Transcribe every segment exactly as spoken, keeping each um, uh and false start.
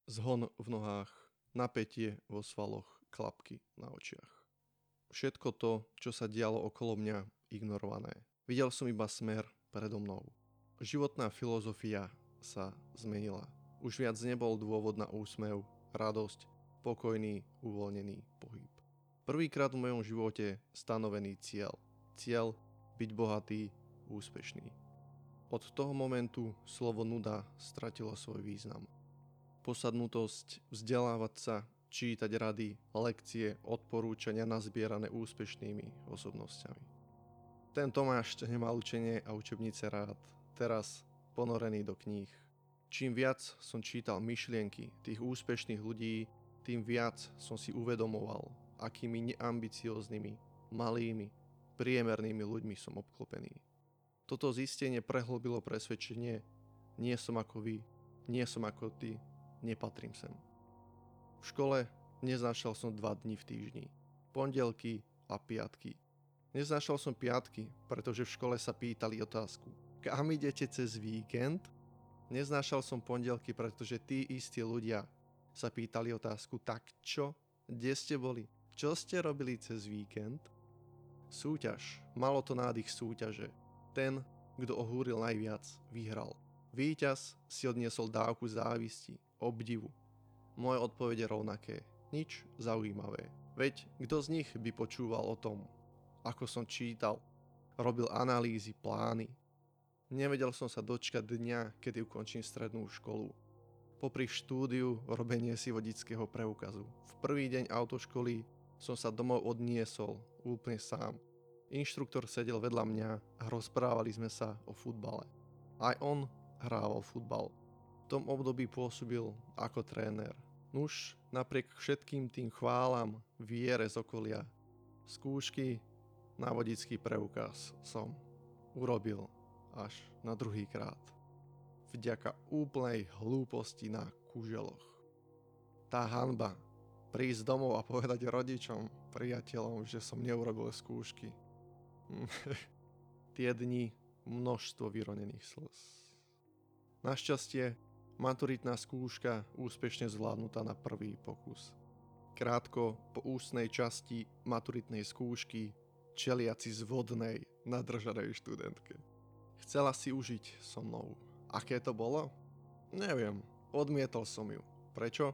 Zhon v nohách, napätie vo svaloch, klapky na očiach. Všetko to, čo sa dialo okolo mňa, ignorované. Videl som iba smer predo mnou. Životná filozofia sa zmenila. Už viac nebol dôvod na úsmev, radosť, pokojný, uvoľnený pohyb. Prvýkrát v mojom živote stanovený cieľ. Cieľ byť bohatý, úspešný. Od toho momentu slovo nuda stratilo svoj význam. Posadnutosť, vzdelávať sa, čítať rady, lekcie, odporúčania nazbierané úspešnými osobnosťami. Ten Tomáš nemal učenie a učebnice rád, teraz ponorený do kníh. Čím viac som čítal myšlienky tých úspešných ľudí, tým viac som si uvedomoval, akými neambicióznymi, malými, priemernými ľuďmi som obklopený. Toto zistenie prehlbilo presvedčenie, nie som ako vy, nie som ako ty, nepatrím sem. V škole neznášal som dva dni v týždni, pondelky a piatky. Neznášal som piatky, pretože v škole sa pýtali otázku: kam idete cez víkend? Neznášal som pondelky, pretože tí istí ľudia sa pýtali otázku: tak čo? Kde ste boli? Čo ste robili cez víkend? Súťaž. Malo to nádych súťaže. Ten, kto ohúril najviac, vyhral. Víťaz si odniesol dávku závisti, obdivu. Moje odpovede rovnaké. Nič zaujímavé. Veď kto z nich by počúval o tom, ako som čítal, robil analýzy, plány. Nevedel som sa dočkať dňa, kedy ukončím strednú školu. Popri štúdiu robenie si vodičského preukazu. V prvý deň autoškoly som sa domov odniesol úplne sám. Inštruktor sedel vedľa mňa a rozprávali sme sa o futbale. Aj on hrával futbal. V tom období pôsobil ako tréner. Nuž, napriek všetkým tým chválam, viere z okolia, skúšky na vodičský preukaz som urobil až na druhý krát. Vďaka úplnej hlúposti na kuželoch. Tá hanba, prísť domov a povedať rodičom, priateľom, že som neurobil skúšky. Tie dni množstvo vyronených slz. Našťastie, maturitná skúška úspešne zvládnutá na prvý pokus. Krátko po ústnej časti maturitnej skúšky čeliaci z vodnej, nadržanej študentke. Chcela si užiť so mnou. Aké to bolo? Neviem, odmietol som ju. Prečo?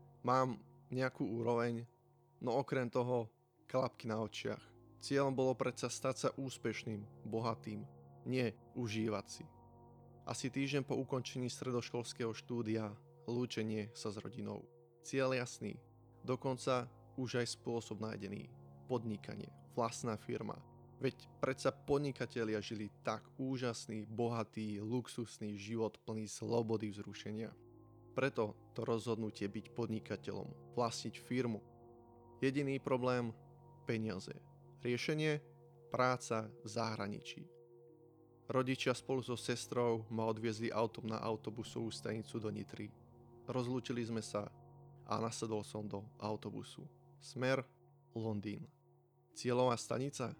Mám nejakú úroveň, no okrem toho klapky na očiach. Cieľom bolo predsa stať sa úspešným, bohatým, nie užívať si. Asi týždeň po ukončení stredoškolského štúdia, lúčenie sa s rodinou. Cieľ jasný, dokonca už aj spôsob nájdený. Podnikanie, vlastná firma. Veď predsa podnikatelia žili tak úžasný, bohatý, luxusný život plný slobody vzrušenia. Preto to rozhodnutie byť podnikateľom, vlastniť firmu. Jediný problém, peniaze. Riešenie? Práca v zahraničí. Rodičia spolu so sestrou ma odviezli autom na autobusovú stanicu do Nitry. Rozlúčili sme sa a nasadol som do autobusu. Smer Londýn. Cieľová stanica?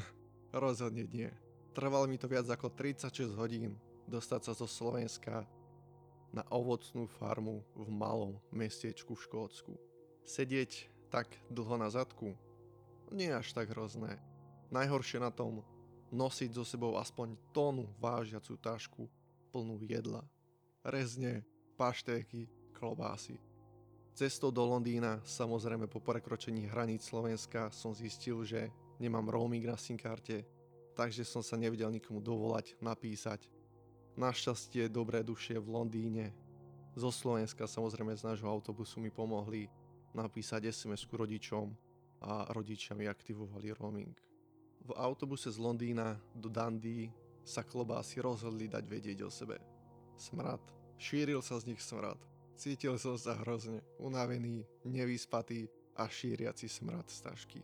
Rozhodne nie. Trvalo mi to viac ako tridsaťšesť hodín dostať sa zo Slovenska na ovocnú farmu v malom mestečku v Škótsku. Sedieť tak dlho na zadku? Nie až tak hrozné. Najhoršie na tom, nosiť so sebou aspoň tónu vážiacu tašku plnú jedla. Rezne, paštéky, klobásy. Cestou do Londýna, samozrejme po prekročení hraníc Slovenska, som zistil, že nemám roaming na SIM-karte, takže som sa nevedel nikomu dovolať, napísať. Našťastie dobré duše v Londýne. Zo Slovenska samozrejme z nášho autobusu mi pomohli napísať es em esku rodičom a rodičia mi aktivovali roaming. V autobuse z Londýna do Dundee sa klobásy rozhodli dať vedieť o sebe. Smrad. Šíril sa z nich smrad. Cítil som sa hrozne, unavený, nevyspatý a šíriaci smrad z tašky.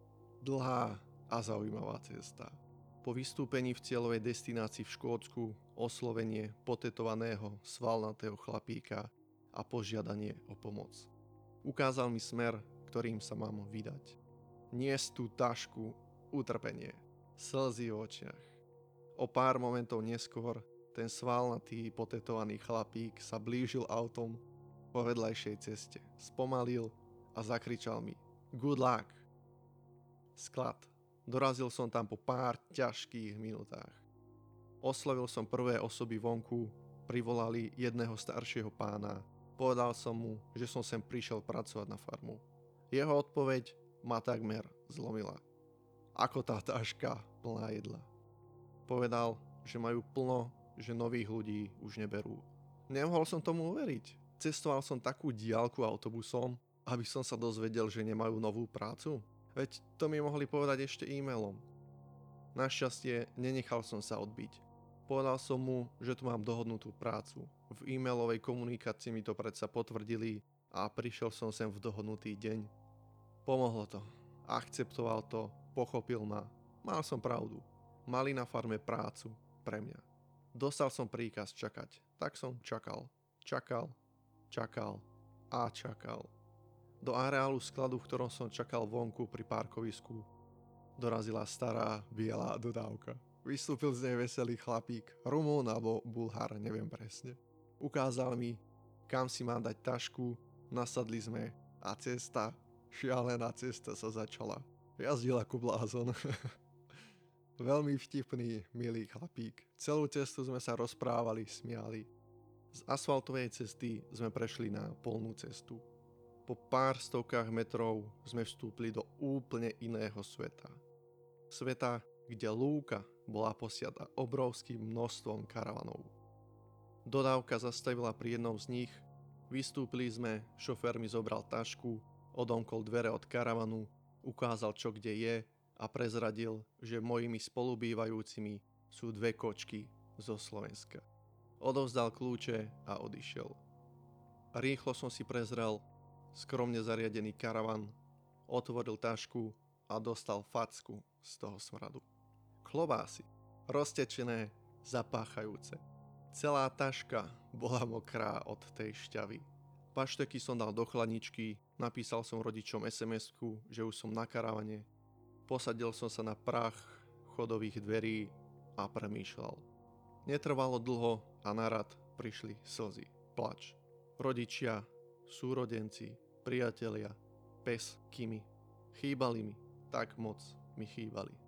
Dlhá a zaujímavá cesta. Po vystúpení v cieľovej destinácii v Škótsku oslovenie potetovaného svalnatého chlapíka a požiadanie o pomoc. Ukázal mi smer, ktorým sa mám vydať. Niesť tú tašku, utrpenie, slzy v očiach. O pár momentov neskôr ten svalnatý potetovaný chlapík sa blížil autom po vedľajšej ceste. Spomalil a zakričal mi Good luck. Sklad. Dorazil som tam po pár ťažkých minútach. Oslovil som prvé osoby vonku, privolali jedného staršieho pána. Povedal som mu, že som sem prišiel pracovať na farmu. Jeho odpoveď ma takmer zlomila. Ako tá taška plná jedla. Povedal, že majú plno, že nových ľudí už neberú. Nemohol som tomu uveriť. Cestoval som takú diaľku autobusom, aby som sa dozvedel, že nemajú novú prácu. Veď to mi mohli povedať ešte e-mailom. Našťastie nenechal som sa odbiť. Povedal som mu, že tu mám dohodnutú prácu. V e-mailovej komunikácii mi to predsa potvrdili a prišiel som sem v dohodnutý deň. Pomohlo to. Akceptoval to, pochopil ma. Mal som pravdu. Mali na farme prácu pre mňa. Dostal som príkaz čakať. Tak som čakal. Čakal. Čakal. A čakal. Do areálu skladu, v ktorom som čakal vonku pri parkovisku, dorazila stará biela dodávka. Vystúpil z nej veselý chlapík, Rumún alebo Bulhár, neviem presne. Ukázal mi, kam si mám dať tašku, nasadli sme a cesta, šialená cesta sa začala. Jazdil ako blázon. Veľmi vtipný, milý chlapík. Celú cestu sme sa rozprávali, smiali. Z asfaltovej cesty sme prešli na polnú cestu. Po pár stovkách metrov sme vstúpli do úplne iného sveta. Sveta, kde lúka bola posiata obrovským množstvom karavanov. Dodávka zastavila pri jednom z nich, vystúpili sme, šofér mi zobral tašku, odomkol dvere od karavanu, ukázal čo kde je a prezradil, že mojimi spolubývajúcimi sú dve kočky zo Slovenska. Odovzdal kľúče a odišiel. Rýchlo som si prezrel skromne zariadený karavan, otvoril tašku a dostal facku z toho smradu. Klobásy, roztečené, zapáchajúce. Celá taška bola mokrá od tej šťavy. Pašteky som dal do chladničky, napísal som rodičom es em esku, že už som na karavane. Posadil som sa na prach chodových dverí a premýšľal. Netrvalo dlho a narad prišli slzy, plač. Rodičia, súrodenci, priatelia, pes Kimi. Chýbali mi, tak moc mi chýbali.